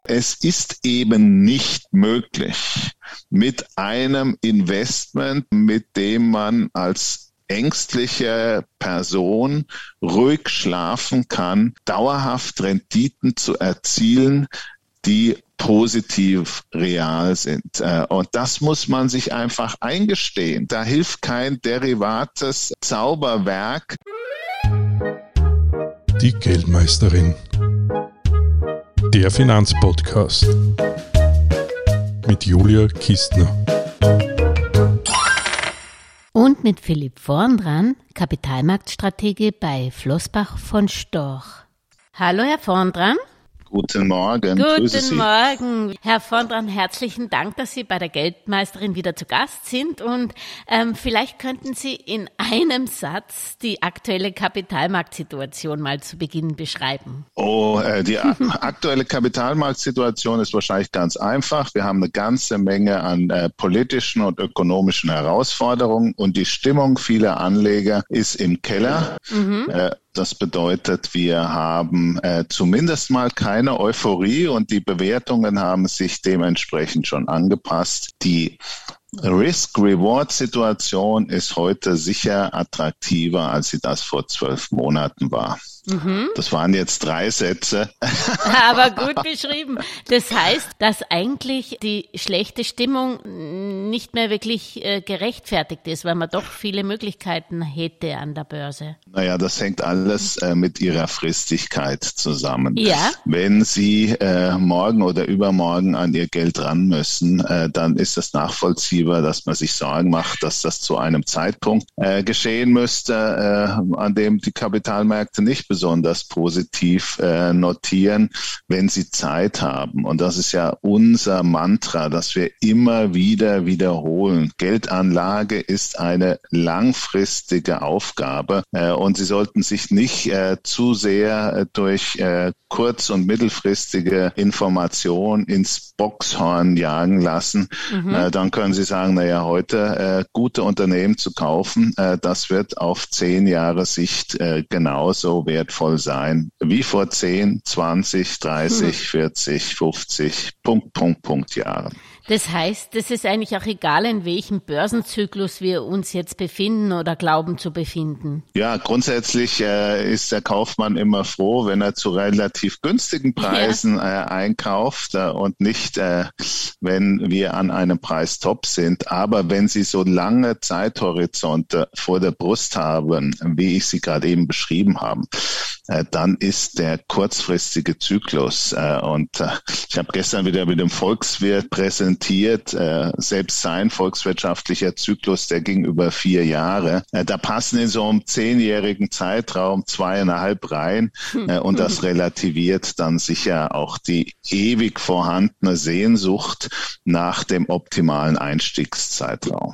es ist eben nicht möglich, mit einem Investment, mit dem man als ängstliche Person ruhig schlafen kann, dauerhaft Renditen zu erzielen, die positiv real sind. Und das muss man sich einfach eingestehen. Da hilft kein derivates Zauberwerk. Die Geldmeisterin. Der Finanzpodcast mit Julia Kistner. Und mit Philipp Vorndran, Kapitalmarktstratege bei Flossbach von Storch. Hallo, Herr Vorndran. Guten Morgen. Guten Morgen. Herr Vorndran, herzlichen Dank, dass Sie bei der Geldmeisterin wieder zu Gast sind. Und vielleicht könnten Sie in einem Satz die aktuelle Kapitalmarktsituation mal zu Beginn beschreiben. Die aktuelle Kapitalmarktsituation ist wahrscheinlich ganz einfach. Wir haben eine ganze Menge an politischen und ökonomischen Herausforderungen und die Stimmung vieler Anleger ist im Keller. Das bedeutet, wir haben zumindest mal keine Euphorie und die Bewertungen haben sich dementsprechend schon angepasst. Die Risk-Reward-Situation ist heute sicher attraktiver, als sie das vor 12 Monaten war. Das waren jetzt 3 Sätze. Aber gut beschrieben. Das heißt, dass eigentlich die schlechte Stimmung nicht mehr wirklich gerechtfertigt ist, weil man doch viele Möglichkeiten hätte an der Börse. Naja, das hängt alles mit ihrer Fristigkeit zusammen. Ja. Wenn Sie morgen oder übermorgen an Ihr Geld ran müssen, dann ist es nachvollziehbar, dass man sich Sorgen macht, dass das zu einem Zeitpunkt geschehen müsste, an dem die Kapitalmärkte nicht besonders positiv notieren, wenn sie Zeit haben. Und das ist ja unser Mantra, das wir immer wieder wiederholen. Geldanlage ist eine langfristige Aufgabe und Sie sollten sich nicht zu sehr durch kurz- und mittelfristige Information ins Boxhorn jagen lassen. Dann können Sie sagen, naja, heute gute Unternehmen zu kaufen, das wird auf 10 Jahre Sicht genauso wertvoll sein wie vor 10, 20, 30, 40, 50, Jahren. Das heißt, es ist eigentlich auch egal, in welchem Börsenzyklus wir uns jetzt befinden oder glauben zu befinden. Ja, grundsätzlich ist der Kaufmann immer froh, wenn er zu relativ günstigen Preisen einkauft und nicht, wenn wir an einem Preistop sind. Aber wenn Sie so lange Zeithorizonte vor der Brust haben, wie ich sie gerade eben beschrieben habe, dann ist der kurzfristige Zyklus. Ich habe gestern wieder mit dem Volkswirt präsentiert, selbst sein volkswirtschaftlicher Zyklus, der ging über 4 Jahre. Da passen in so einem 10-jährigen Zeitraum 2,5 rein und das relativiert dann sicher auch die ewig vorhandene Sehnsucht nach dem optimalen Einstiegszeitraum.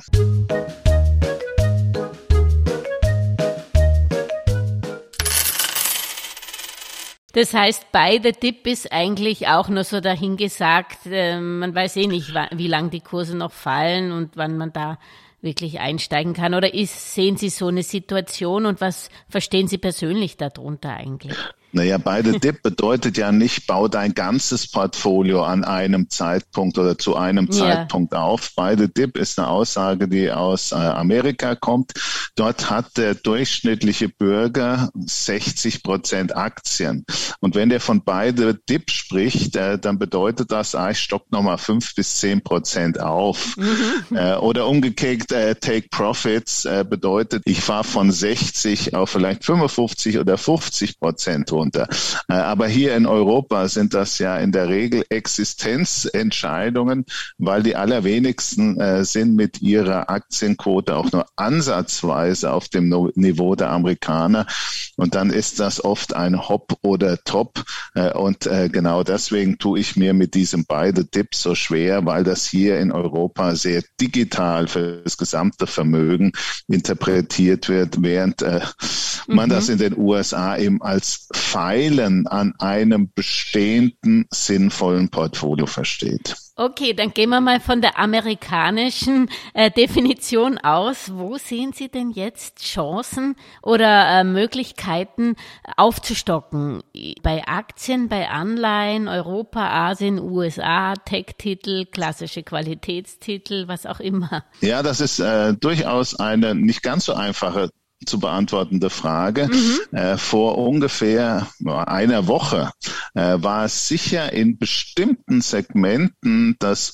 Das heißt, bei der Dip ist eigentlich auch nur so dahingesagt, man weiß eh nicht, wie lang die Kurse noch fallen und wann man da wirklich einsteigen kann. Oder sehen Sie so eine Situation und was verstehen Sie persönlich darunter eigentlich? Naja, bei der Dip bedeutet ja nicht, bau dein ganzes Portfolio an einem Zeitpunkt oder zu einem Zeitpunkt auf. Bei der Dip ist eine Aussage, die aus Amerika kommt. Dort hat der durchschnittliche Bürger 60% Aktien. Und wenn der von bei der Dip spricht, dann bedeutet das, ich stock nochmal 5-10% auf. Oder umgekehrt, Take Profits bedeutet, ich fahre von 60 auf vielleicht 55 oder 50% runter. Aber hier in Europa sind das ja in der Regel Existenzentscheidungen, weil die allerwenigsten sind mit ihrer Aktienquote auch nur ansatzweise auf dem Niveau der Amerikaner. Und dann ist das oft ein Hop oder Top. Und genau deswegen tue ich mir mit diesem beide Dips so schwer, weil das hier in Europa sehr digital für das gesamte Vermögen interpretiert wird, während man das in den USA eben als Feilen an einem bestehenden, sinnvollen Portfolio versteht. Okay, dann gehen wir mal von der amerikanischen Definition aus. Wo sehen Sie denn jetzt Chancen oder Möglichkeiten aufzustocken? Bei Aktien, bei Anleihen, Europa, Asien, USA, Tech-Titel, klassische Qualitätstitel, was auch immer. Ja, das ist durchaus eine nicht ganz so einfache zu beantwortende Frage. Vor ungefähr einer Woche war es sicher in bestimmten Segmenten des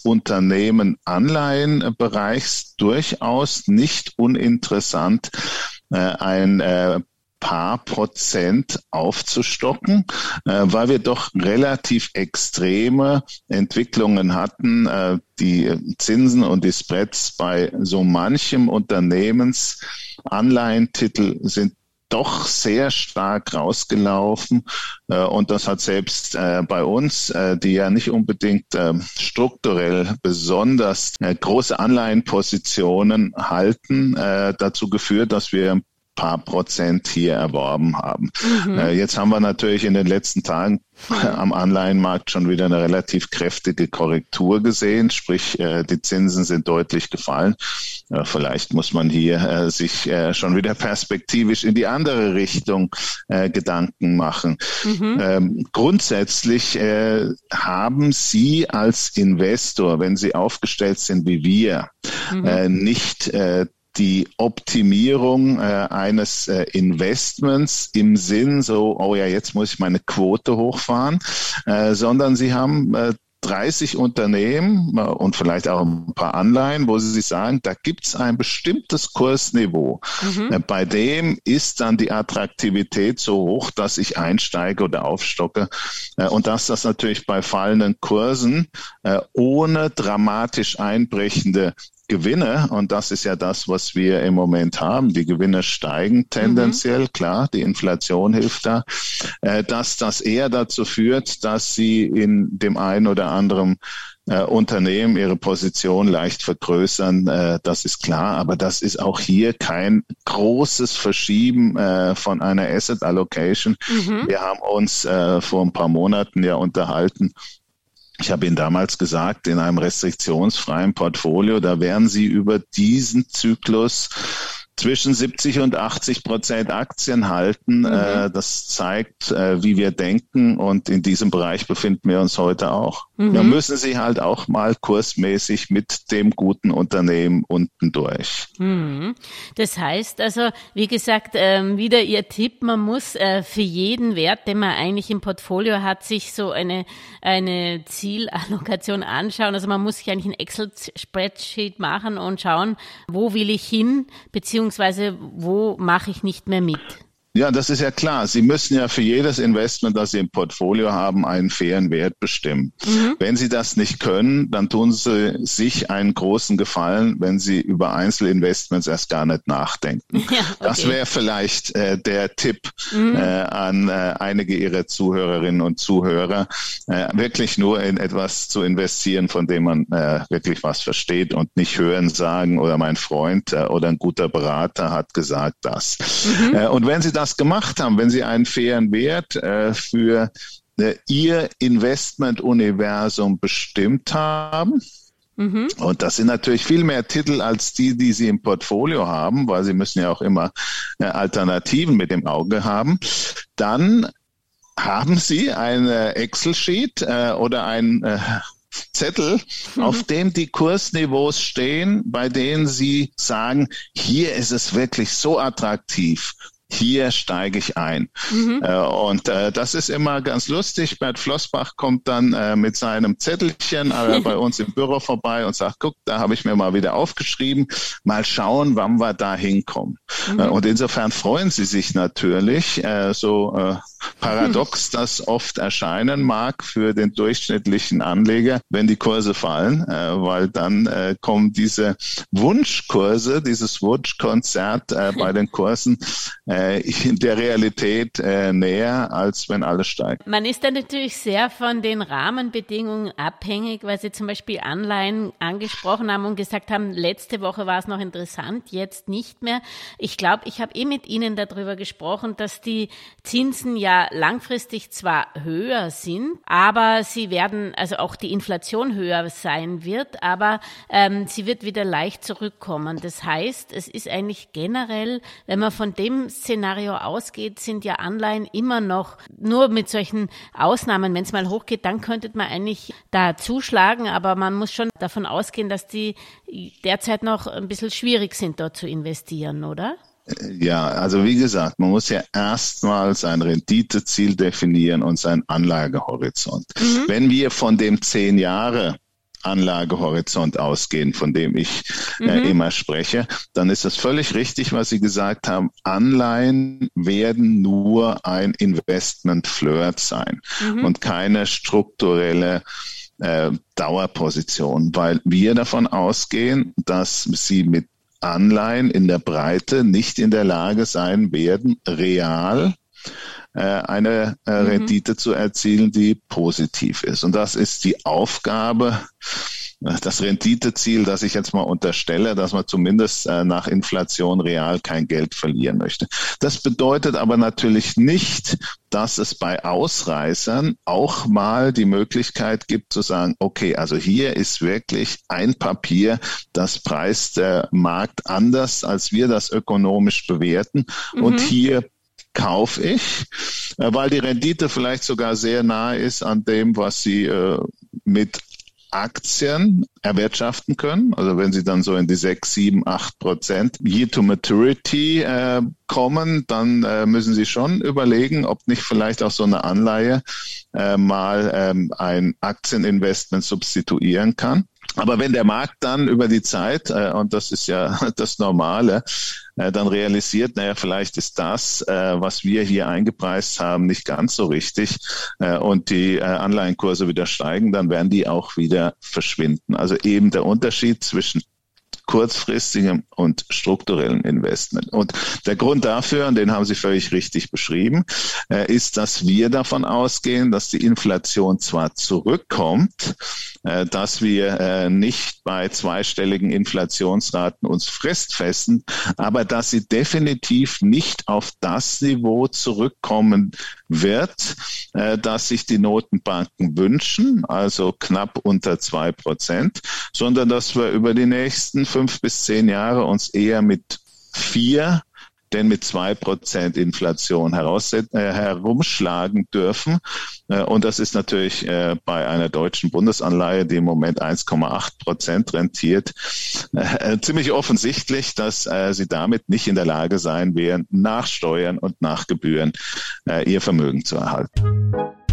Unternehmen-Anleihen-Bereichs durchaus nicht uninteressant, ein paar Prozent aufzustocken, weil wir doch relativ extreme Entwicklungen hatten. Die Zinsen und die Spreads bei so manchem Unternehmensanleihentitel sind doch sehr stark rausgelaufen und das hat selbst bei uns, die ja nicht unbedingt strukturell besonders große Anleihenpositionen halten, dazu geführt, dass wir paar Prozent hier erworben haben. Jetzt haben wir natürlich in den letzten Tagen am Anleihenmarkt schon wieder eine relativ kräftige Korrektur gesehen, sprich die Zinsen sind deutlich gefallen. Vielleicht muss man hier sich schon wieder perspektivisch in die andere Richtung Gedanken machen. Grundsätzlich haben Sie als Investor, wenn Sie aufgestellt sind wie wir, nicht die Optimierung eines Investments im Sinn so, oh ja, jetzt muss ich meine Quote hochfahren, sondern Sie haben 30 Unternehmen und vielleicht auch ein paar Anleihen, wo Sie sagen, da gibt's ein bestimmtes Kursniveau. Bei dem ist dann die Attraktivität so hoch, dass ich einsteige oder aufstocke und dass das natürlich bei fallenden Kursen ohne dramatisch einbrechende Gewinne, und das ist ja das, was wir im Moment haben, die Gewinne steigen tendenziell, klar, die Inflation hilft da, dass das eher dazu führt, dass sie in dem einen oder anderen Unternehmen ihre Position leicht vergrößern, das ist klar, aber das ist auch hier kein großes Verschieben von einer Asset Allocation. Wir haben uns vor ein paar Monaten ja unterhalten. Ich habe Ihnen damals gesagt, in einem restriktionsfreien Portfolio, da werden Sie über diesen Zyklus zwischen 70 und 80% Aktien halten. Das zeigt, wie wir denken, und in diesem Bereich befinden wir uns heute auch. Da müssen Sie halt auch mal kursmäßig mit dem guten Unternehmen unten durch. Das heißt also, wie gesagt, wieder Ihr Tipp, man muss für jeden Wert, den man eigentlich im Portfolio hat, sich so eine Zielallokation anschauen. Also man muss sich eigentlich ein Excel-Spreadsheet machen und schauen, wo will ich hin, beziehungsweise wo mache ich nicht mehr mit? Ja, das ist ja klar. Sie müssen ja für jedes Investment, das Sie im Portfolio haben, einen fairen Wert bestimmen. Wenn Sie das nicht können, dann tun Sie sich einen großen Gefallen, wenn Sie über Einzelinvestments erst gar nicht nachdenken. Ja, okay. Das wäre vielleicht der Tipp an einige Ihrer Zuhörerinnen und Zuhörer, wirklich nur in etwas zu investieren, von dem man wirklich was versteht und nicht hören, sagen oder mein Freund oder ein guter Berater hat gesagt das. Und wenn Sie das gemacht haben, wenn Sie einen fairen Wert für Ihr Investmentuniversum bestimmt haben, und das sind natürlich viel mehr Titel als die Sie im Portfolio haben, weil Sie müssen ja auch immer Alternativen mit im Auge haben, dann haben Sie eine Excel-Sheet oder ein Zettel, auf dem die Kursniveaus stehen, bei denen Sie sagen, hier ist es wirklich so attraktiv. Hier steige ich ein. Und das ist immer ganz lustig. Bert Flossbach kommt dann mit seinem Zettelchen bei uns im Büro vorbei und sagt, guck, da habe ich mir mal wieder aufgeschrieben. Mal schauen, wann wir da hinkommen. Und insofern freuen Sie sich natürlich, so paradox das oft erscheinen mag für den durchschnittlichen Anleger, wenn die Kurse fallen, weil dann kommen diese Wunschkurse, dieses Wunschkonzert bei den Kursen der Realität näher, als wenn alles steigt. Man ist dann natürlich sehr von den Rahmenbedingungen abhängig, weil Sie zum Beispiel Anleihen angesprochen haben und gesagt haben, letzte Woche war es noch interessant, jetzt nicht mehr. Ich glaube, ich habe mit Ihnen darüber gesprochen, dass die Zinsen ja langfristig zwar höher sind, aber sie werden, also auch die Inflation höher sein wird, aber sie wird wieder leicht zurückkommen. Das heißt, es ist eigentlich generell, wenn man von dem Szenario ausgeht, sind ja Anleihen immer noch, nur mit solchen Ausnahmen, wenn es mal hochgeht, dann könnte man eigentlich da zuschlagen, aber man muss schon davon ausgehen, dass die derzeit noch ein bisschen schwierig sind, dort zu investieren, oder? Ja, also wie gesagt, man muss ja erstmal sein Renditeziel definieren und sein Anlagehorizont. Wenn wir von dem 10 Jahre Anlagehorizont ausgehen, von dem ich immer spreche, dann ist das völlig richtig, was Sie gesagt haben. Anleihen werden nur ein Investment-Flirt sein und keine strukturelle Dauerposition, weil wir davon ausgehen, dass Sie mit Anleihen in der Breite nicht in der Lage sein werden, real eine Rendite zu erzielen, die positiv ist. Und das ist die Aufgabe, das Renditeziel, das ich jetzt mal unterstelle, dass man zumindest nach Inflation real kein Geld verlieren möchte. Das bedeutet aber natürlich nicht, dass es bei Ausreißern auch mal die Möglichkeit gibt zu sagen, okay, also hier ist wirklich ein Papier, das preist der Markt anders, als wir das ökonomisch bewerten. Und hier kaufe ich, weil die Rendite vielleicht sogar sehr nahe ist an dem, was Sie mit Aktien erwirtschaften können. Also wenn Sie dann so in die 6, 7, 8% Year to Maturity kommen, dann müssen Sie schon überlegen, ob nicht vielleicht auch so eine Anleihe mal ein Aktieninvestment substituieren kann. Aber wenn der Markt dann über die Zeit, und das ist ja das Normale, dann realisiert, naja, vielleicht ist das, was wir hier eingepreist haben, nicht ganz so richtig und die Anleihenkurse wieder steigen, dann werden die auch wieder verschwinden. Also eben der Unterschied zwischen kurzfristigem und strukturellen Investment. Und der Grund dafür, und den haben Sie völlig richtig beschrieben, ist, dass wir davon ausgehen, dass die Inflation zwar zurückkommt, dass wir nicht bei zweistelligen Inflationsraten uns festfesten, aber dass sie definitiv nicht auf das Niveau zurückkommen wird, dass sich die Notenbanken wünschen, also knapp unter 2%, sondern dass wir über die nächsten 5 bis 10 Jahre uns eher mit 4, denn mit 2% Inflation herumschlagen dürfen. Und das ist natürlich bei einer deutschen Bundesanleihe, die im Moment 1,8% rentiert, ziemlich offensichtlich, dass sie damit nicht in der Lage sein werden, nach Steuern und nach Gebühren ihr Vermögen zu erhalten.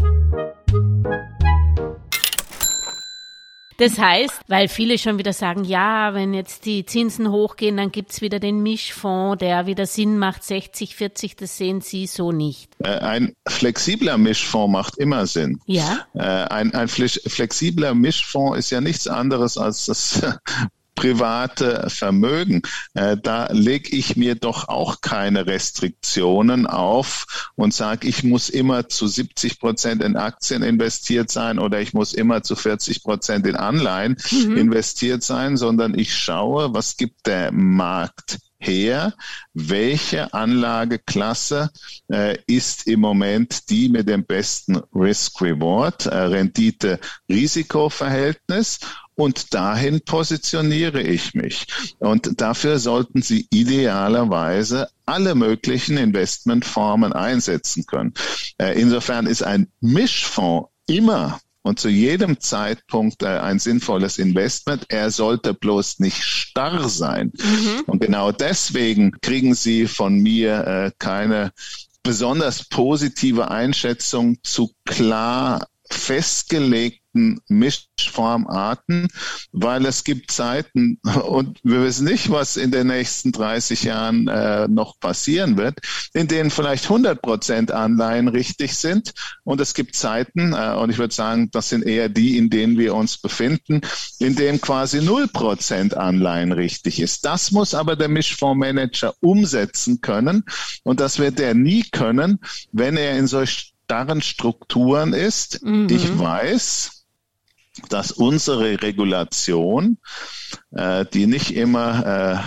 Das heißt, weil viele schon wieder sagen, ja, wenn jetzt die Zinsen hochgehen, dann gibt's wieder den Mischfonds, der wieder Sinn macht, 60-40, das sehen Sie so nicht. Ein flexibler Mischfonds macht immer Sinn. Ja. Ein flexibler Mischfonds ist ja nichts anderes als das private Vermögen. Da lege ich mir doch auch keine Restriktionen auf und sage, ich muss immer zu 70% in Aktien investiert sein oder ich muss immer zu 40% in Anleihen investiert sein, sondern ich schaue, was gibt der Markt her, welche Anlageklasse ist im Moment die mit dem besten Risk-Reward, Rendite-Risiko-Verhältnis, und dahin positioniere ich mich. Und dafür sollten Sie idealerweise alle möglichen Investmentformen einsetzen können. Insofern ist ein Mischfonds immer und zu jedem Zeitpunkt ein sinnvolles Investment. Er sollte bloß nicht starr sein. Und genau deswegen kriegen Sie von mir keine besonders positive Einschätzung zu klar festgelegten Mischformarten, weil es gibt Zeiten, und wir wissen nicht, was in den nächsten 30 Jahren noch passieren wird, in denen vielleicht 100% Anleihen richtig sind, und es gibt Zeiten, und ich würde sagen, das sind eher die, in denen wir uns befinden, in denen quasi 0% Anleihen richtig ist. Das muss aber der Mischfondsmanager umsetzen können, und das wird er nie können, wenn er in solch starren Strukturen ist. Ich weiß, dass unsere Regulation, die nicht immer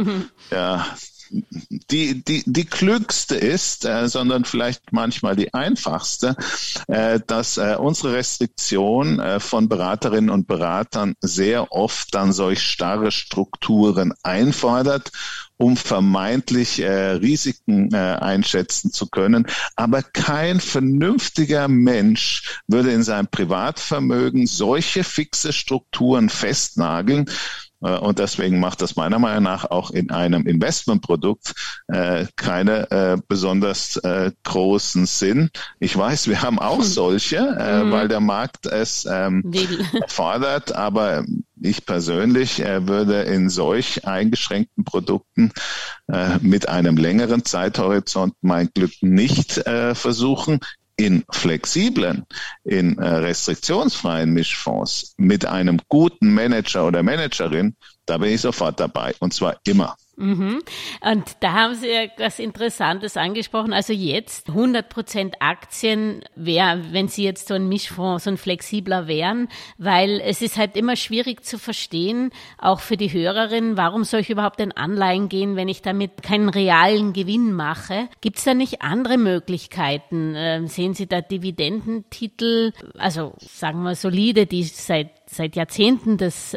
die klügste ist, sondern vielleicht manchmal die einfachste, dass unsere Restriktion von Beraterinnen und Beratern sehr oft dann solch starre Strukturen einfordert, um vermeintlich Risiken einschätzen zu können. Aber kein vernünftiger Mensch würde in seinem Privatvermögen solche fixe Strukturen festnageln. Und deswegen macht das meiner Meinung nach auch in einem Investmentprodukt keine besonders großen Sinn. Ich weiß, wir haben auch solche, weil der Markt es fordert, aber ich persönlich würde in solch eingeschränkten Produkten mit einem längeren Zeithorizont mein Glück nicht versuchen. In flexiblen, in restriktionsfreien Mischfonds mit einem guten Manager oder Managerin, da bin ich sofort dabei, und zwar immer. Und da haben Sie ja was Interessantes angesprochen. Also jetzt 100% Aktien wäre, wenn Sie jetzt so ein Mischfonds, so ein flexibler wären, weil es ist halt immer schwierig zu verstehen, auch für die Hörerin, warum soll ich überhaupt in Anleihen gehen, wenn ich damit keinen realen Gewinn mache? Gibt es da nicht andere Möglichkeiten? Sehen Sie da Dividendentitel, also sagen wir solide, die seit Jahrzehnten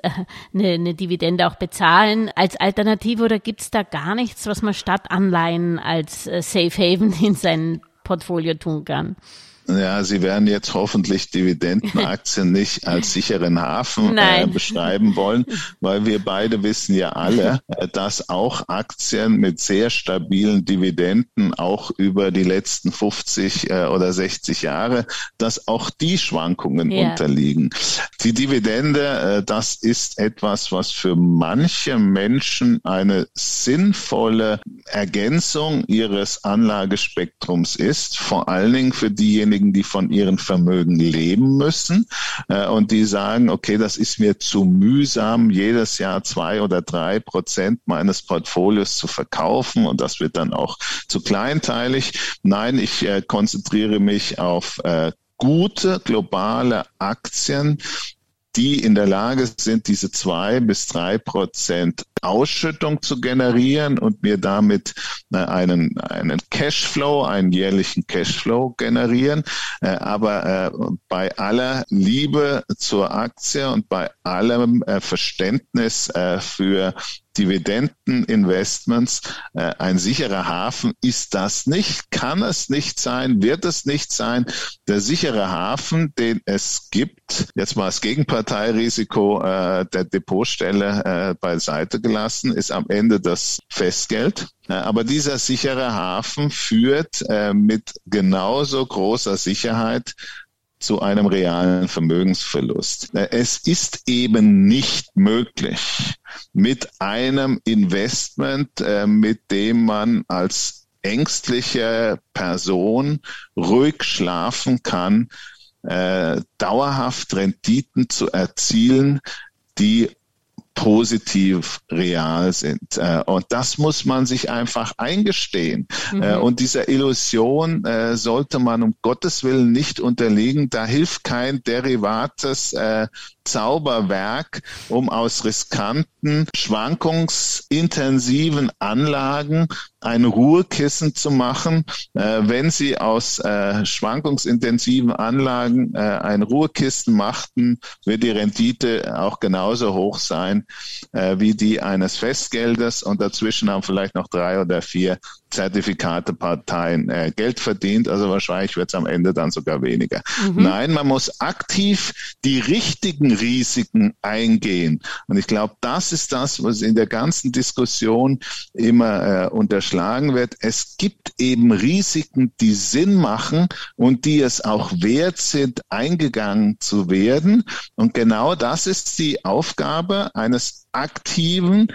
eine Dividende auch bezahlen als Alternative, oder gibt es da gar nichts, was man statt Anleihen als Safe Haven in sein Portfolio tun kann? Ja, Sie werden jetzt hoffentlich Dividendenaktien nicht als sicheren Hafen beschreiben wollen, weil wir beide wissen ja alle, dass auch Aktien mit sehr stabilen Dividenden auch über die letzten 50 oder 60 Jahre, dass auch die Schwankungen unterliegen. Die Dividende, das ist etwas, was für manche Menschen eine sinnvolle Ergänzung ihres Anlagespektrums ist, vor allen Dingen für diejenigen, die von ihren Vermögen leben müssen und die sagen, okay, das ist mir zu mühsam, jedes Jahr 2 oder 3% meines Portfolios zu verkaufen, und das wird dann auch zu kleinteilig. Nein, ich konzentriere mich auf gute globale Aktien, die in der Lage sind, diese 2 bis 3% Ausschüttung zu generieren und mir damit einen Cashflow, einen jährlichen Cashflow generieren. Aber bei aller Liebe zur Aktie und bei allem Verständnis für Dividendeninvestments, ein sicherer Hafen ist das nicht, kann es nicht sein, wird es nicht sein. Der sichere Hafen, den es gibt, jetzt mal das Gegenparteirisiko der Depotstelle beiseite gelassen, ist am Ende das Festgeld. Aber dieser sichere Hafen führt mit genauso großer Sicherheit zu einem realen Vermögensverlust. Es ist eben nicht möglich, mit einem Investment, mit dem man als ängstliche Person ruhig schlafen kann, dauerhaft Renditen zu erzielen, die positiv real sind. Und das muss man sich einfach eingestehen. Und dieser Illusion sollte man um Gottes Willen nicht unterliegen. Da hilft kein derivates Zauberwerk, um aus riskanten, schwankungsintensiven Anlagen ein Ruhekissen zu machen. Wenn Sie aus schwankungsintensiven Anlagen ein Ruhekissen machten, wird die Rendite auch genauso hoch sein wie die eines Festgeldes, und dazwischen haben vielleicht noch 3 oder 4 Zertifikateparteien Geld verdient, also wahrscheinlich wird es am Ende dann sogar weniger. Nein, man muss aktiv die richtigen Risiken eingehen. Und ich glaube, das ist das, was in der ganzen Diskussion immer unterschlagen wird. Es gibt eben Risiken, die Sinn machen und die es auch wert sind, eingegangen zu werden. Und genau das ist die Aufgabe eines aktiven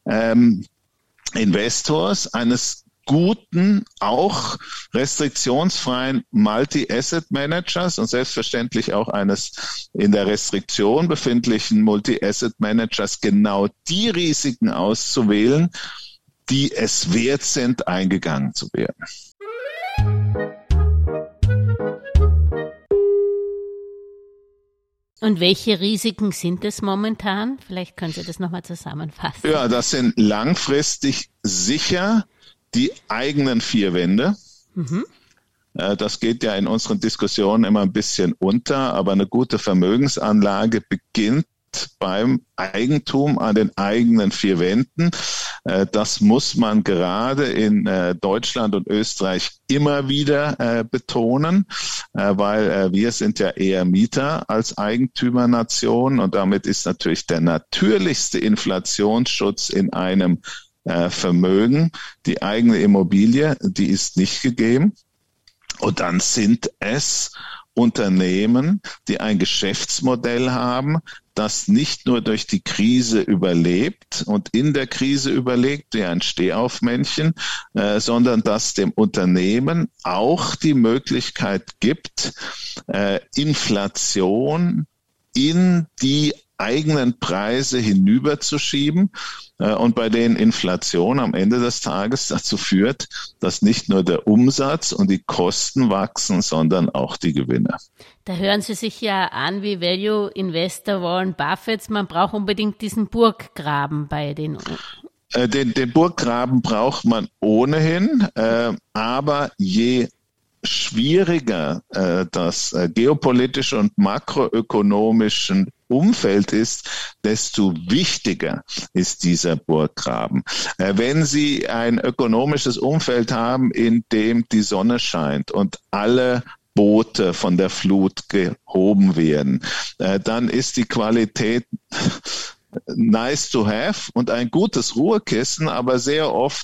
Investors, eines guten, auch restriktionsfreien Multi-Asset-Managers und selbstverständlich auch eines in der Restriktion befindlichen Multi-Asset-Managers genau die Risiken auszuwählen, die es wert sind, eingegangen zu werden. Und welche Risiken sind es momentan? Vielleicht können Sie das nochmal zusammenfassen. Ja, das sind langfristig sicher die eigenen vier Wände. Das geht ja in unseren Diskussionen immer ein bisschen unter, aber eine gute Vermögensanlage beginnt beim Eigentum an den eigenen vier Wänden. Das muss man gerade in Deutschland und Österreich immer wieder betonen, weil wir sind ja eher Mieter als Eigentümernation und damit ist natürlich der natürlichste Inflationsschutz in einem Vermögen, die eigene Immobilie, die ist nicht gegeben. Und dann sind es Unternehmen, die ein Geschäftsmodell haben, das nicht nur durch die Krise überlebt und in der Krise überlebt, wie ein Stehaufmännchen, sondern das dem Unternehmen auch die Möglichkeit gibt, Inflation in die eigenen Preise hinüberzuschieben und bei denen Inflation am Ende des Tages dazu führt, dass nicht nur der Umsatz und die Kosten wachsen, sondern auch die Gewinne. Da hören Sie sich ja an wie Value Investor Warren Buffett. Man braucht unbedingt diesen Burggraben bei den Den Burggraben braucht man ohnehin, aber je schwieriger das geopolitische und makroökonomische Umfeld ist, desto wichtiger ist dieser Burggraben. Wenn Sie ein ökonomisches Umfeld haben, in dem die Sonne scheint und alle Boote von der Flut gehoben werden, dann ist die Qualität nice to have und ein gutes Ruhekissen, aber sehr oft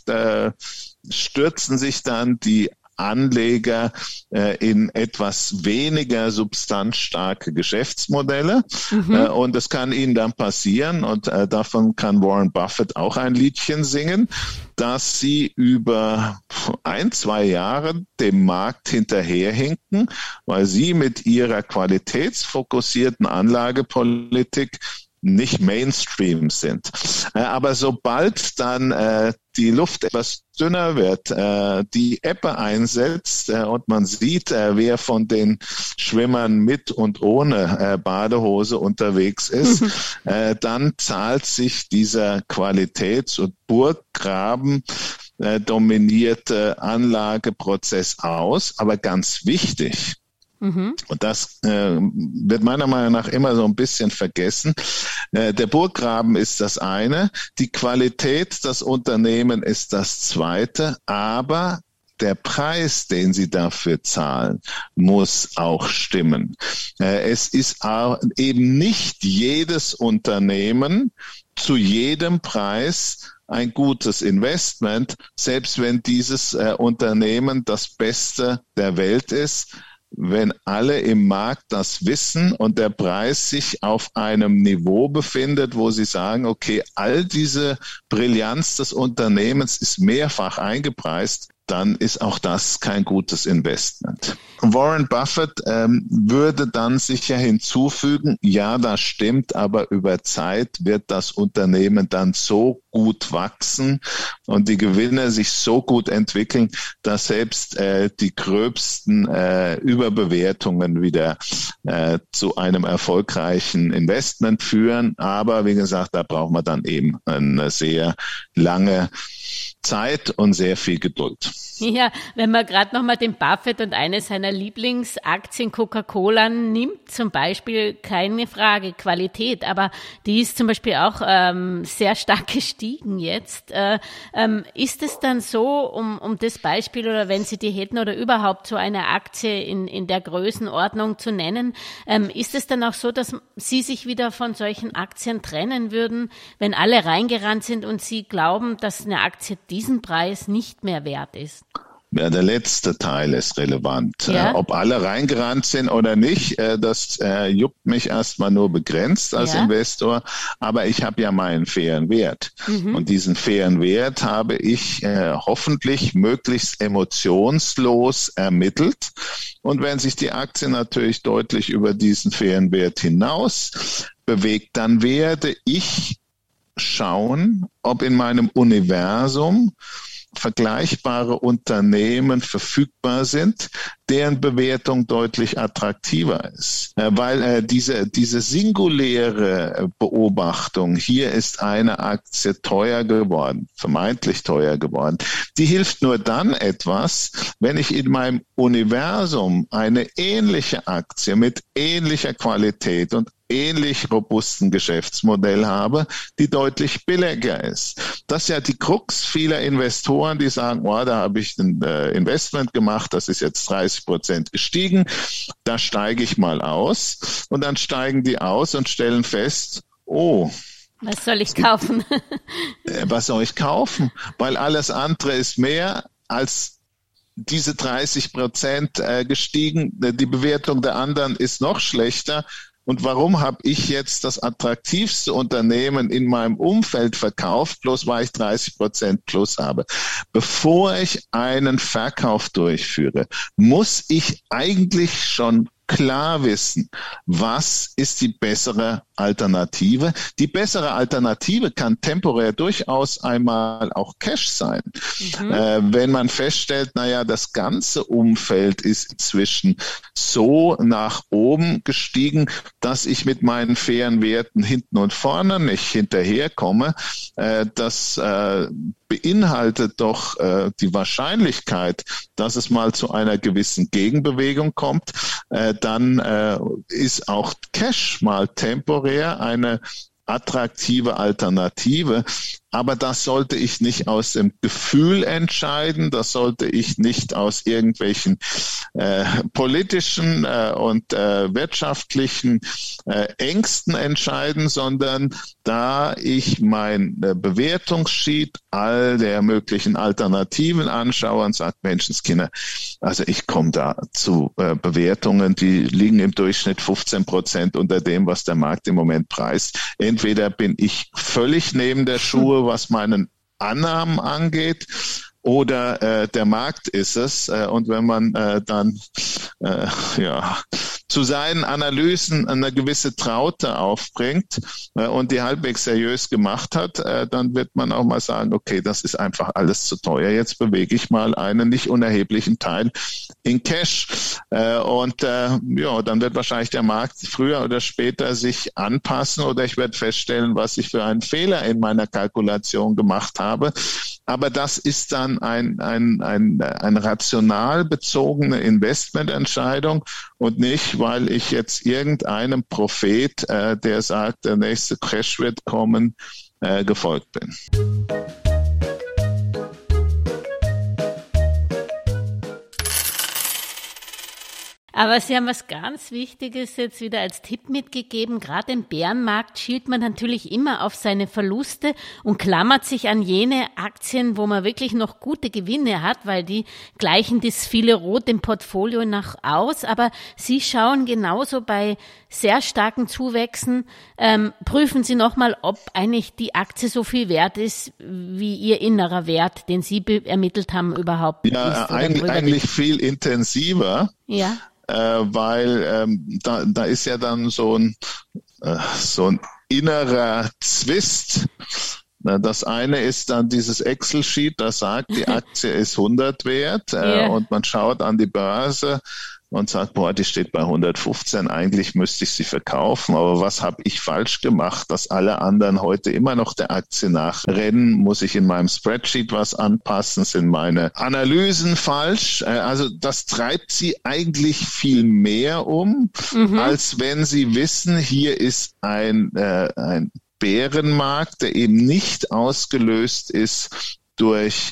stürzen sich dann die Anleger in etwas weniger substanzstarke Geschäftsmodelle und das kann ihnen dann passieren und davon kann Warren Buffett auch ein Liedchen singen, dass sie über 1-2 Jahre dem Markt hinterherhinken, weil sie mit ihrer qualitätsfokussierten Anlagepolitik nicht Mainstream sind. Aber sobald dann die Luft etwas dünner wird, die Ebbe einsetzt und man sieht, wer von den Schwimmern mit und ohne Badehose unterwegs ist, dann zahlt sich dieser Qualitäts- und Burggraben dominierte Anlageprozess aus. Aber ganz wichtig, und das wird meiner Meinung nach immer so ein bisschen vergessen. Der Burggraben ist das eine, die Qualität des Unternehmens ist das zweite, aber der Preis, den Sie dafür zahlen, muss auch stimmen. Es ist auch eben nicht jedes Unternehmen zu jedem Preis ein gutes Investment, selbst wenn dieses Unternehmen das Beste der Welt ist. Wenn alle im Markt das wissen und der Preis sich auf einem Niveau befindet, wo sie sagen, okay, all diese Brillanz des Unternehmens ist mehrfach eingepreist, dann ist auch das kein gutes Investment. Warren Buffett würde dann sicher hinzufügen, ja, das stimmt, aber über Zeit wird das Unternehmen dann so gut wachsen und die Gewinne sich so gut entwickeln, dass selbst die gröbsten Überbewertungen wieder zu einem erfolgreichen Investment führen. Aber wie gesagt, da braucht man dann eben eine sehr lange Zeit und sehr viel Geduld. Ja, wenn man gerade nochmal den Buffett und eine seiner Lieblingsaktien Coca-Cola nimmt, zum Beispiel, keine Frage, Qualität, aber die ist zum Beispiel auch sehr stark gestiegen jetzt. Ist es dann so, um das Beispiel oder wenn Sie die hätten oder überhaupt so eine Aktie in der Größenordnung zu nennen, ist es dann auch so, dass Sie sich wieder von solchen Aktien trennen würden, wenn alle reingerannt sind und Sie glauben, dass eine Aktie diesen Preis nicht mehr wert ist? Ja, der letzte Teil ist relevant. Ja. Ob alle reingerannt sind oder nicht, das juckt mich erstmal nur begrenzt als Investor. Aber ich habe ja meinen fairen Wert. Und diesen fairen Wert habe ich hoffentlich möglichst emotionslos ermittelt. Und wenn sich die Aktie natürlich deutlich über diesen fairen Wert hinaus bewegt, dann werde ich schauen, ob in meinem Universum vergleichbare Unternehmen verfügbar sind, deren Bewertung deutlich attraktiver ist. Weil diese singuläre Beobachtung, hier ist eine Aktie teuer geworden, vermeintlich teuer geworden, die hilft nur dann etwas, wenn ich in meinem Universum eine ähnliche Aktie mit ähnlicher Qualität und ähnlich robusten Geschäftsmodell habe, die deutlich billiger ist. Das ist ja die Krux vieler Investoren, die sagen, oh, da habe ich ein Investment gemacht, das ist jetzt 30% gestiegen, da steige ich mal aus. Und dann steigen die aus und stellen fest, oh, was soll ich kaufen? Was soll ich kaufen? Weil alles andere ist mehr als diese 30% gestiegen. Die Bewertung der anderen ist noch schlechter. Und warum habe ich jetzt das attraktivste Unternehmen in meinem Umfeld verkauft, bloß weil ich 30% plus habe? Bevor ich einen Verkauf durchführe, muss ich eigentlich schon klar wissen, was ist die bessere Alternative. Die bessere Alternative kann temporär durchaus einmal auch Cash sein. Wenn man feststellt, das ganze Umfeld ist inzwischen so nach oben gestiegen, dass ich mit meinen fairen Werten hinten und vorne nicht hinterherkomme, das beinhaltet doch die Wahrscheinlichkeit, dass es mal zu einer gewissen Gegenbewegung kommt, dann ist auch Cash mal temporär eine attraktive Alternative. Aber das sollte ich nicht aus dem Gefühl entscheiden, das sollte ich nicht aus irgendwelchen politischen und wirtschaftlichen Ängsten entscheiden, sondern da ich mein Bewertungssheet all der möglichen Alternativen anschaue und sage, Menschenskinder, also ich komme da zu Bewertungen, die liegen im Durchschnitt 15% unter dem, was der Markt im Moment preist. Entweder bin ich völlig neben der Schuhe, was meinen Annahmen angeht, oder der Markt ist es. Und wenn man dann zu seinen Analysen eine gewisse Traute aufbringt und die halbwegs seriös gemacht hat, dann wird man auch mal sagen, okay, das ist einfach alles zu teuer. Jetzt bewege ich mal einen nicht unerheblichen Teil in Cash. Und dann wird wahrscheinlich der Markt früher oder später sich anpassen oder ich werde feststellen, was ich für einen Fehler in meiner Kalkulation gemacht habe. Aber das ist dann eine rational bezogene Investmententscheidung und nicht, weil ich jetzt irgendeinem Prophet, der sagt, der nächste Crash wird kommen, gefolgt bin. Aber Sie haben was ganz Wichtiges jetzt wieder als Tipp mitgegeben. Gerade im Bärenmarkt schielt man natürlich immer auf seine Verluste und klammert sich an jene Aktien, wo man wirklich noch gute Gewinne hat, weil die gleichen das viele Rot im Portfolio nach aus. Aber Sie schauen genauso bei sehr starken Zuwächsen, prüfen Sie nochmal, ob eigentlich die Aktie so viel wert ist, wie Ihr innerer Wert, den Sie ermittelt haben, überhart ist. Ja, eigentlich viel intensiver. Ja. Weil da ist ja dann so ein innerer Zwist. Das eine ist dann dieses Excel-Sheet, das sagt, die Aktie ist 100 wert und man schaut an die Börse und sagt, boah, die steht bei 115, eigentlich müsste ich sie verkaufen, aber was habe ich falsch gemacht, dass alle anderen heute immer noch der Aktie nachrennen? Muss ich in meinem Spreadsheet was anpassen? Sind meine Analysen falsch? Also das treibt sie eigentlich viel mehr um, als wenn sie wissen, hier ist ein Bärenmarkt, der eben nicht ausgelöst ist durch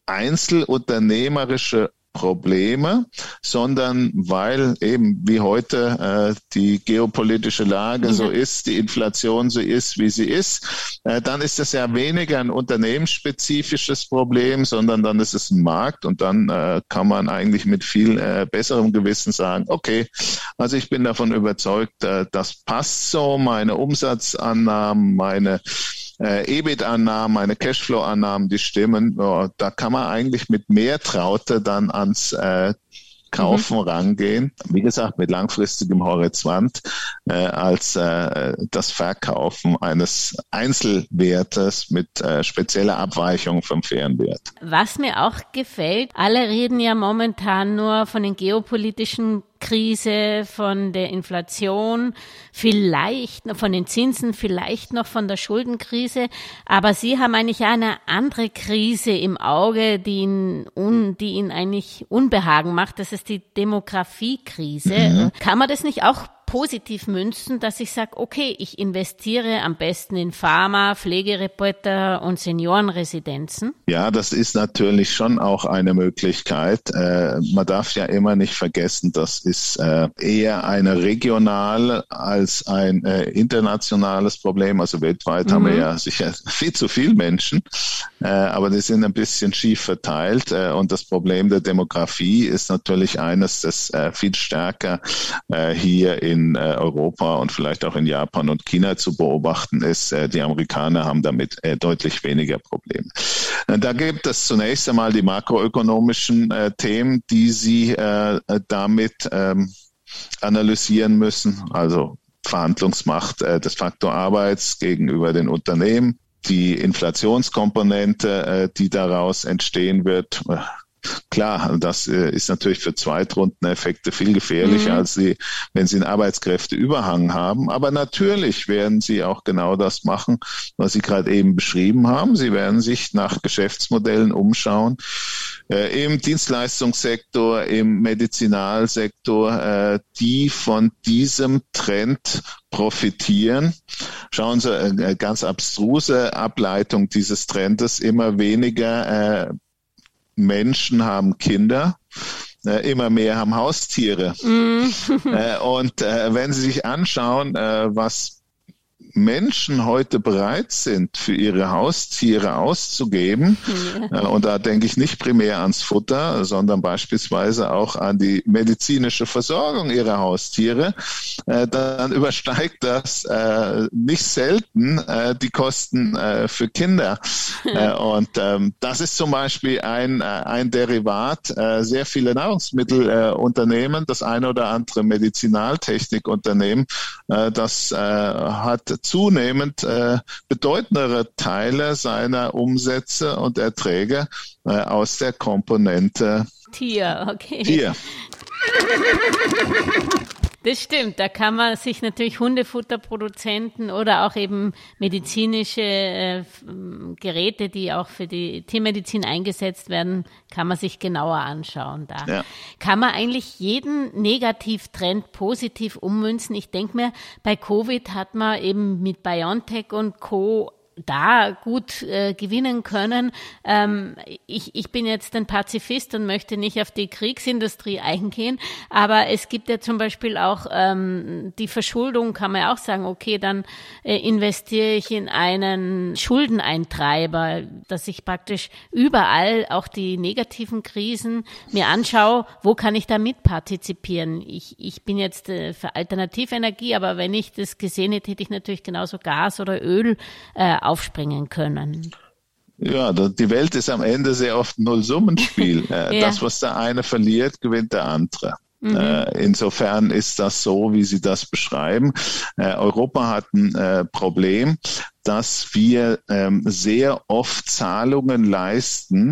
einzelunternehmerische Probleme, sondern weil eben wie heute die geopolitische Lage so ist, die Inflation so ist, wie sie ist, dann ist das ja weniger ein unternehmensspezifisches Problem, sondern dann ist es ein Markt und dann kann man eigentlich mit viel besserem Gewissen sagen, okay, also ich bin davon überzeugt, das passt so, meine Umsatzannahmen, meine EBIT-Annahmen, meine Cashflow-Annahmen, die stimmen. Da kann man eigentlich mit mehr Traute dann ans Kaufen rangehen. Wie gesagt, mit langfristigem Horizont als das Verkaufen eines Einzelwertes mit spezieller Abweichung vom fairen Wert. Was mir auch gefällt, alle reden ja momentan nur von den geopolitischen Krise, von der Inflation, vielleicht noch von den Zinsen, vielleicht noch von der Schuldenkrise. Aber Sie haben eigentlich eine andere Krise im Auge, die Ihnen eigentlich Unbehagen macht. Das ist die Demografiekrise. Kann man das nicht auch positiv münzen, dass ich sage, okay, ich investiere am besten in Pharma, Pflegereporter und Seniorenresidenzen? Ja, das ist natürlich schon auch eine Möglichkeit. Man darf ja immer nicht vergessen, das ist eher eine regionale als ein internationales Problem. Also weltweit haben wir ja sicher viel zu viele Menschen, aber die sind ein bisschen schief verteilt. Und das Problem der Demografie ist natürlich eines, das viel stärker hier in Europa und vielleicht auch in Japan und China zu beobachten ist. Die Amerikaner haben damit deutlich weniger Probleme. Da gibt es zunächst einmal die makroökonomischen Themen, die Sie damit analysieren müssen. Also Verhandlungsmacht des Faktor Arbeits gegenüber den Unternehmen, die Inflationskomponente, die daraus entstehen wird. Klar, das ist natürlich für Zweitrundeneffekte viel gefährlicher, als wenn Sie einen Arbeitskräfteüberhang haben. Aber natürlich werden Sie auch genau das machen, was Sie gerade eben beschrieben haben. Sie werden sich nach Geschäftsmodellen umschauen. Im Dienstleistungssektor, im Medizinalsektor, die von diesem Trend profitieren. Schauen Sie, eine ganz abstruse Ableitung dieses Trendes, immer weniger Menschen haben Kinder, immer mehr haben Haustiere. Und wenn Sie sich anschauen, was Menschen heute bereit sind, für ihre Haustiere auszugeben, und da denke ich nicht primär ans Futter, sondern beispielsweise auch an die medizinische Versorgung ihrer Haustiere, dann übersteigt das nicht selten die Kosten für Kinder. Und das ist zum Beispiel ein Derivat. Sehr viele Nahrungsmittelunternehmen, das eine oder andere Medizinaltechnikunternehmen, das hat zunehmend bedeutendere Teile seiner Umsätze und Erträge aus der Komponente Tier, okay. Tier. Das stimmt, da kann man sich natürlich Hundefutterproduzenten oder auch eben medizinische Geräte, die auch für die Tiermedizin eingesetzt werden, kann man sich genauer anschauen da. Ja. Kann man eigentlich jeden Negativtrend positiv ummünzen? Ich denke mir, bei Covid hat man eben mit BioNTech und Co. da gut gewinnen können. Ich bin jetzt ein Pazifist und möchte nicht auf die Kriegsindustrie eingehen, aber es gibt ja zum Beispiel auch die Verschuldung, kann man ja auch sagen, okay, dann investiere ich in einen Schuldeneintreiber, dass ich praktisch überall auch die negativen Krisen mir anschaue, wo kann ich da mitpartizipieren. Ich bin jetzt für Alternativenergie, aber wenn ich das gesehen hätte, hätte ich natürlich genauso Gas oder Öl aufspringen können. Ja, die Welt ist am Ende sehr oft ein Nullsummenspiel. Ja. Das, was der eine verliert, gewinnt der andere. Insofern ist das so, wie Sie das beschreiben. Europa hat ein Problem, dass wir sehr oft Zahlungen leisten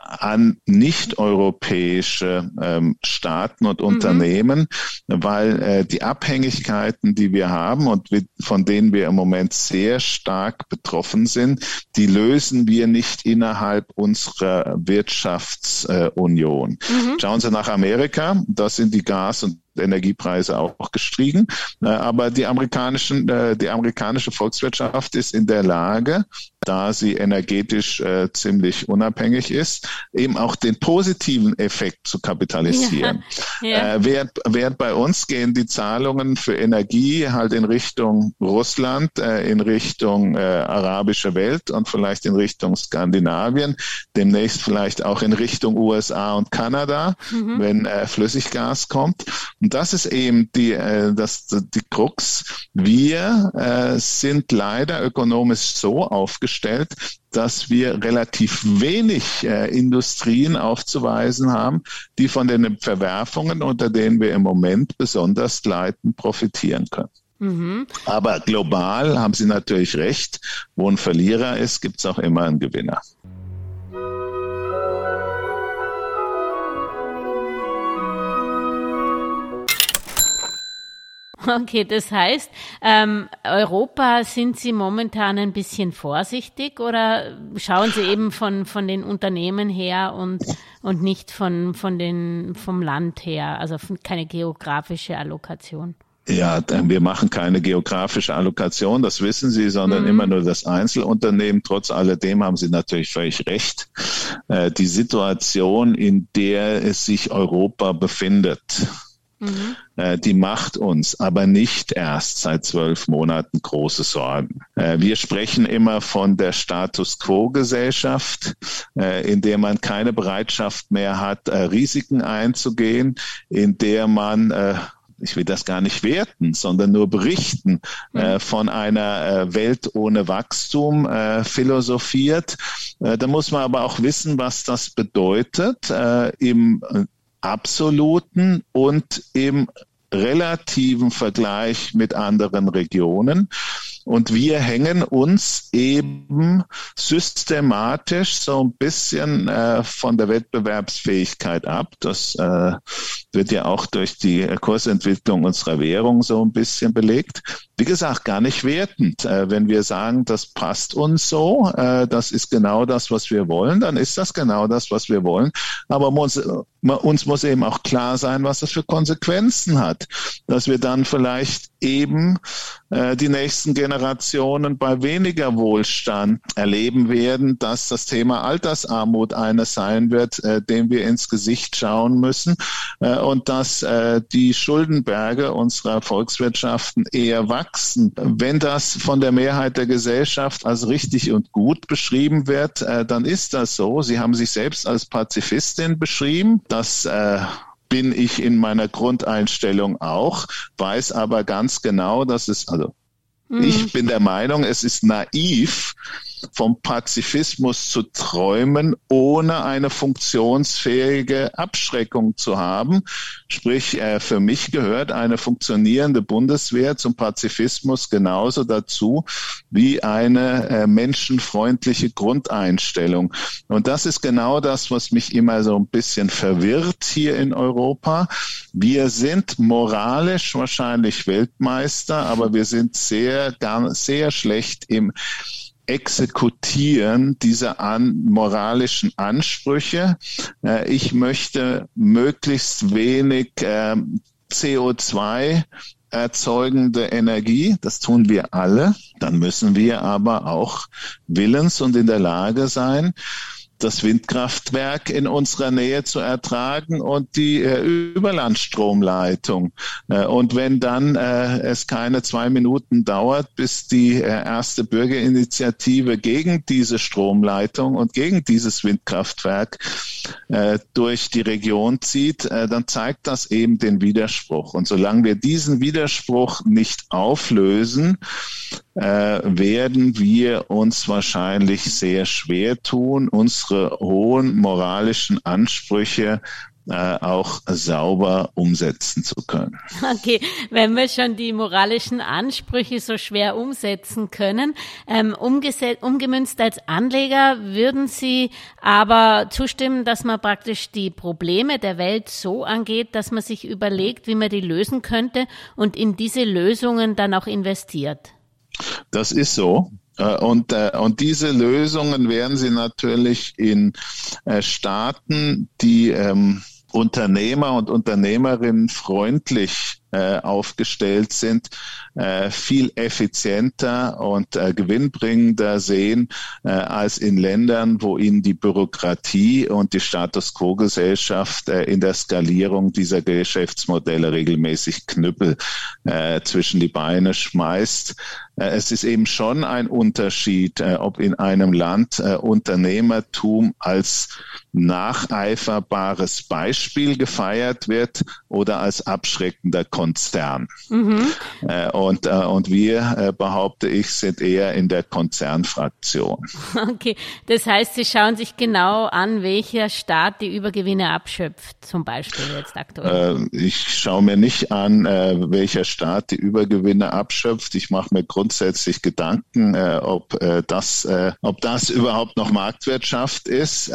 an nicht-europäische Staaten und Unternehmen, weil die Abhängigkeiten, die wir haben und von denen wir im Moment sehr stark betroffen sind, die lösen wir nicht innerhalb unserer Wirtschaftsunion. Schauen Sie nach Amerika, da sind die Gas- und Energiepreise auch gestiegen. Aber die amerikanische Volkswirtschaft ist in der Lage, da sie energetisch ziemlich unabhängig ist, eben auch den positiven Effekt zu kapitalisieren. Ja. Während bei uns gehen die Zahlungen für Energie halt in Richtung Russland, in Richtung arabische Welt und vielleicht in Richtung Skandinavien, demnächst vielleicht auch in Richtung USA und Kanada, wenn Flüssiggas kommt. Und das ist eben die Krux. Wir sind leider ökonomisch so aufgestellt, dass wir relativ wenig Industrien aufzuweisen haben, die von den Verwerfungen, unter denen wir im Moment besonders leiden, profitieren können. Aber global haben Sie natürlich recht, wo ein Verlierer ist, gibt es auch immer einen Gewinner. Okay, das heißt, Europa, sind Sie momentan ein bisschen vorsichtig oder schauen Sie eben von den Unternehmen her und nicht vom Land her, also keine geografische Allokation? Ja, wir machen keine geografische Allokation, das wissen Sie, sondern immer nur das Einzelunternehmen. Trotz alledem haben Sie natürlich völlig recht. Die Situation, in der es sich Europa befindet, die macht uns aber nicht erst seit 12 Monaten große Sorgen. Wir sprechen immer von der Status-Quo-Gesellschaft, in der man keine Bereitschaft mehr hat, Risiken einzugehen, in der man ich will das gar nicht werten, sondern nur berichten, von einer Welt ohne Wachstum philosophiert. Da muss man aber auch wissen, was das bedeutet im absoluten und im relativen Vergleich mit anderen Regionen. Und wir hängen uns eben systematisch so ein bisschen von der Wettbewerbsfähigkeit ab. Das wird ja auch durch die Kursentwicklung unserer Währung so ein bisschen belegt. Wie gesagt, gar nicht wertend. Wenn wir sagen, das passt uns so, das ist genau das, was wir wollen, dann ist das genau das, was wir wollen. Aber uns muss eben auch klar sein, was das für Konsequenzen hat. Dass wir dann vielleicht eben die nächsten Generationen bei weniger Wohlstand erleben werden, dass das Thema Altersarmut eines sein wird, dem wir ins Gesicht schauen müssen, und dass die Schuldenberge unserer Volkswirtschaften eher wachsen. Wenn das von der Mehrheit der Gesellschaft als richtig und gut beschrieben wird, dann ist das so. Sie haben sich selbst als Pazifistin beschrieben. Das bin ich in meiner Grundeinstellung auch, weiß aber ganz genau, dass ich bin der Meinung, es ist naiv, vom Pazifismus zu träumen, ohne eine funktionsfähige Abschreckung zu haben. Sprich, für mich gehört eine funktionierende Bundeswehr zum Pazifismus genauso dazu wie eine menschenfreundliche Grundeinstellung. Und das ist genau das, was mich immer so ein bisschen verwirrt hier in Europa. Wir sind moralisch wahrscheinlich Weltmeister, aber wir sind sehr schlecht im Exekutieren dieser moralischen Ansprüche. Ich möchte möglichst wenig CO2 erzeugende Energie. Das tun wir alle. Dann müssen wir aber auch willens und in der Lage sein, das Windkraftwerk in unserer Nähe zu ertragen und die Überlandstromleitung. Und wenn dann es keine 2 Minuten dauert, bis die erste Bürgerinitiative gegen diese Stromleitung und gegen dieses Windkraftwerk durch die Region zieht, dann zeigt das eben den Widerspruch. Und solange wir diesen Widerspruch nicht auflösen, werden wir uns wahrscheinlich sehr schwer tun, unsere hohen moralischen Ansprüche auch sauber umsetzen zu können. Okay, wenn wir schon die moralischen Ansprüche so schwer umsetzen können, umgemünzt als Anleger, würden Sie aber zustimmen, dass man praktisch die Probleme der Welt so angeht, dass man sich überlegt, wie man die lösen könnte und in diese Lösungen dann auch investiert? Das ist so. Und diese Lösungen werden Sie natürlich in Staaten, die Unternehmer und Unternehmerinnen freundlich aufgestellt sind, viel effizienter und gewinnbringender sehen als in Ländern, wo ihnen die Bürokratie und die Status-Quo-Gesellschaft in der Skalierung dieser Geschäftsmodelle regelmäßig Knüppel zwischen die Beine schmeißt. Es ist eben schon ein Unterschied, ob in einem Land Unternehmertum als nacheiferbares Beispiel gefeiert wird oder als abschreckender Konzern. Mhm. Und wir, behaupte ich, sind eher in der Konzernfraktion. Okay, das heißt, Sie schauen sich genau an, welcher Staat die Übergewinne abschöpft, zum Beispiel jetzt aktuell. Ich schaue mir nicht an, welcher Staat die Übergewinne abschöpft. Ich mache mir grundsätzlich Gedanken, ob das überhaupt noch Marktwirtschaft ist.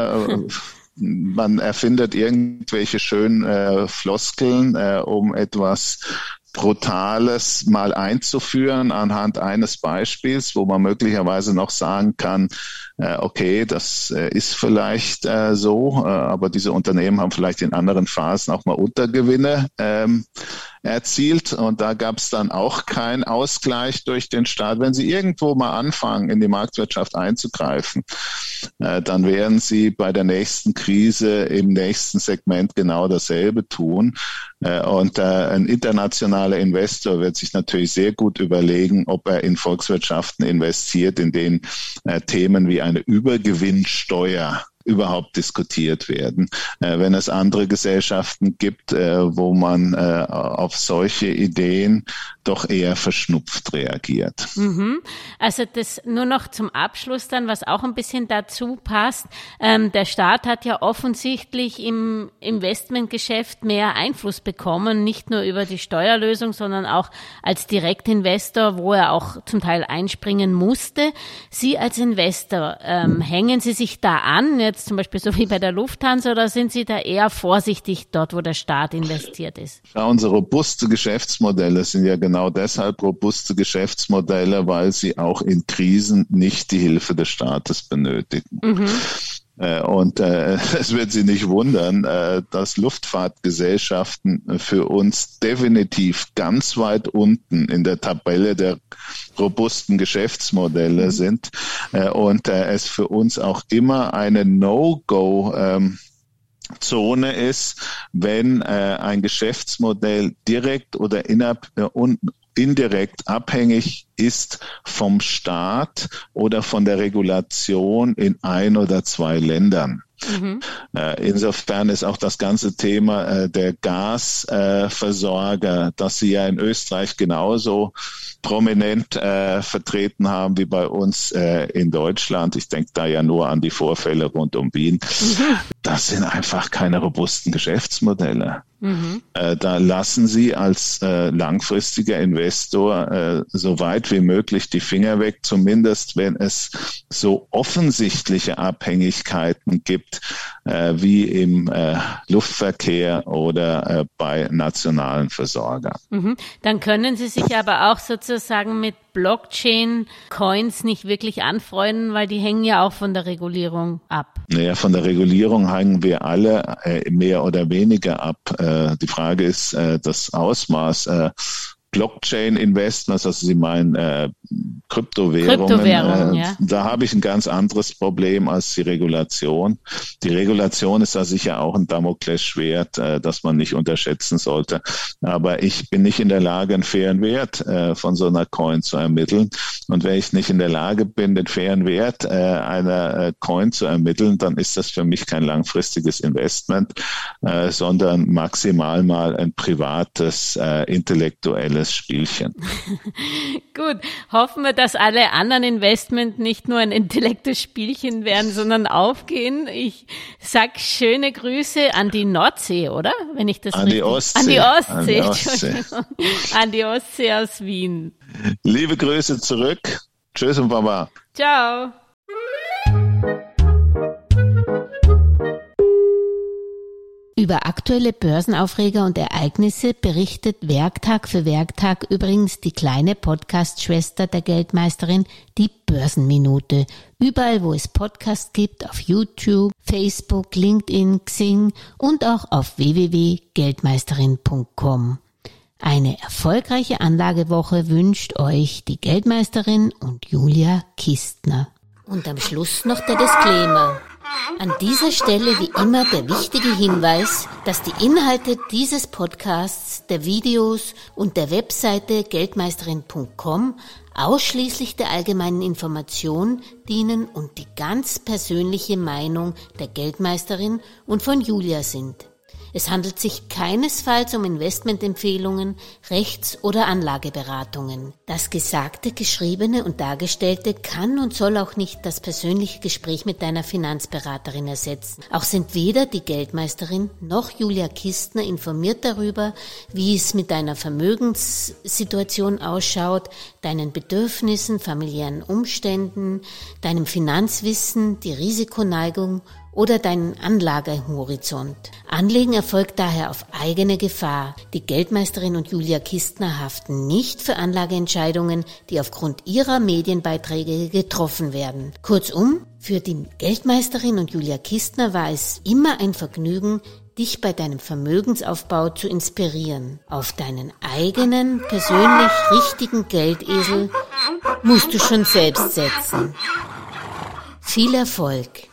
Man erfindet irgendwelche schönen Floskeln, um etwas Brutales mal einzuführen anhand eines Beispiels, wo man möglicherweise noch sagen kann, okay, das ist vielleicht so, aber diese Unternehmen haben vielleicht in anderen Phasen auch mal Untergewinne erzielt und da gab es dann auch keinen Ausgleich durch den Staat. Wenn Sie irgendwo mal anfangen, in die Marktwirtschaft einzugreifen, dann werden Sie bei der nächsten Krise im nächsten Segment genau dasselbe tun. Und ein internationaler Investor wird sich natürlich sehr gut überlegen, ob er in Volkswirtschaften investiert, in denen Themen wie eine Übergewinnsteuer überhaupt diskutiert werden. Wenn es andere Gesellschaften gibt, wo man auf solche Ideen doch eher verschnupft reagiert. Mhm. Also das nur noch zum Abschluss dann, was auch ein bisschen dazu passt. Der Staat hat ja offensichtlich im Investmentgeschäft mehr Einfluss bekommen, nicht nur über die Steuerlösung, sondern auch als Direktinvestor, wo er auch zum Teil einspringen musste. Sie als Investor, hängen Sie sich da an, jetzt zum Beispiel so wie bei der Lufthansa, oder sind Sie da eher vorsichtig dort, wo der Staat investiert ist? Ja, unsere robuste Geschäftsmodelle sind ja genau deshalb robuste Geschäftsmodelle, weil sie auch in Krisen nicht die Hilfe des Staates benötigen. Mhm. Und es wird Sie nicht wundern, dass Luftfahrtgesellschaften für uns definitiv ganz weit unten in der Tabelle der robusten Geschäftsmodelle sind und es für uns auch immer eine No-Go-Zone ist, wenn ein Geschäftsmodell direkt oder indirekt abhängig ist vom Staat oder von der Regulation in ein oder zwei Ländern. Mhm. Insofern ist auch das ganze Thema der Gasversorger, das Sie ja in Österreich genauso prominent vertreten haben wie bei uns in Deutschland. Ich denke da ja nur an die Vorfälle rund um Wien. Mhm. Das sind einfach keine robusten Geschäftsmodelle. Mhm. Da lassen Sie als langfristiger Investor so weit wie möglich die Finger weg, zumindest wenn es so offensichtliche Abhängigkeiten gibt, wie im Luftverkehr oder bei nationalen Versorgern. Mhm. Dann können Sie sich aber auch sozusagen mit Blockchain-Coins nicht wirklich anfreunden, weil die hängen ja auch von der Regulierung ab. Naja, von der Regulierung hängen wir alle mehr oder weniger ab. Die Frage ist das Ausmaß. Blockchain-Investments, also Sie meinen Kryptowährungen, ja. Da habe ich ein ganz anderes Problem als die Regulation. Die Regulation ist da sicher auch ein Damoklesschwert, das man nicht unterschätzen sollte. Aber ich bin nicht in der Lage, einen fairen Wert von so einer Coin zu ermitteln. Und wenn ich nicht in der Lage bin, den fairen Wert einer Coin zu ermitteln, dann ist das für mich kein langfristiges Investment, sondern maximal mal ein privates, intellektuelles intellektuelles Spielchen. Gut, hoffen wir, dass alle anderen Investment nicht nur ein intellektuelles Spielchen werden, sondern aufgehen. Ich sag schöne Grüße an die Nordsee, oder? Wenn ich das an die Ostsee. An die Ostsee. An die Ostsee aus Wien. Liebe Grüße zurück. Tschüss und Baba. Ciao. Über aktuelle Börsenaufreger und Ereignisse berichtet Werktag für Werktag übrigens die kleine Podcast-Schwester der Geldmeisterin, die Börsenminute. Überall, wo es Podcasts gibt, auf YouTube, Facebook, LinkedIn, Xing und auch auf www.geldmeisterin.com. Eine erfolgreiche Anlagewoche wünscht euch die Geldmeisterin und Julia Kistner. Und am Schluss noch der Disclaimer. An dieser Stelle wie immer der wichtige Hinweis, dass die Inhalte dieses Podcasts, der Videos und der Webseite geldmeisterin.com ausschließlich der allgemeinen Information dienen und die ganz persönliche Meinung der Geldmeisterin und von Julia sind. Es handelt sich keinesfalls um Investmentempfehlungen, Rechts- oder Anlageberatungen. Das Gesagte, Geschriebene und Dargestellte kann und soll auch nicht das persönliche Gespräch mit deiner Finanzberaterin ersetzen. Auch sind weder die Geldmeisterin noch Julia Kistner informiert darüber, wie es mit deiner Vermögenssituation ausschaut, deinen Bedürfnissen, familiären Umständen, deinem Finanzwissen, die Risikoneigung oder deinen Anlagehorizont. Anlegen erfolgt daher auf eigene Gefahr. Die Geldmeisterin und Julia Kistner haften nicht für Anlageentscheidungen, die aufgrund ihrer Medienbeiträge getroffen werden. Kurzum, für die Geldmeisterin und Julia Kistner war es immer ein Vergnügen, dich bei deinem Vermögensaufbau zu inspirieren. Auf deinen eigenen, persönlich richtigen Geldesel musst du schon selbst setzen. Viel Erfolg!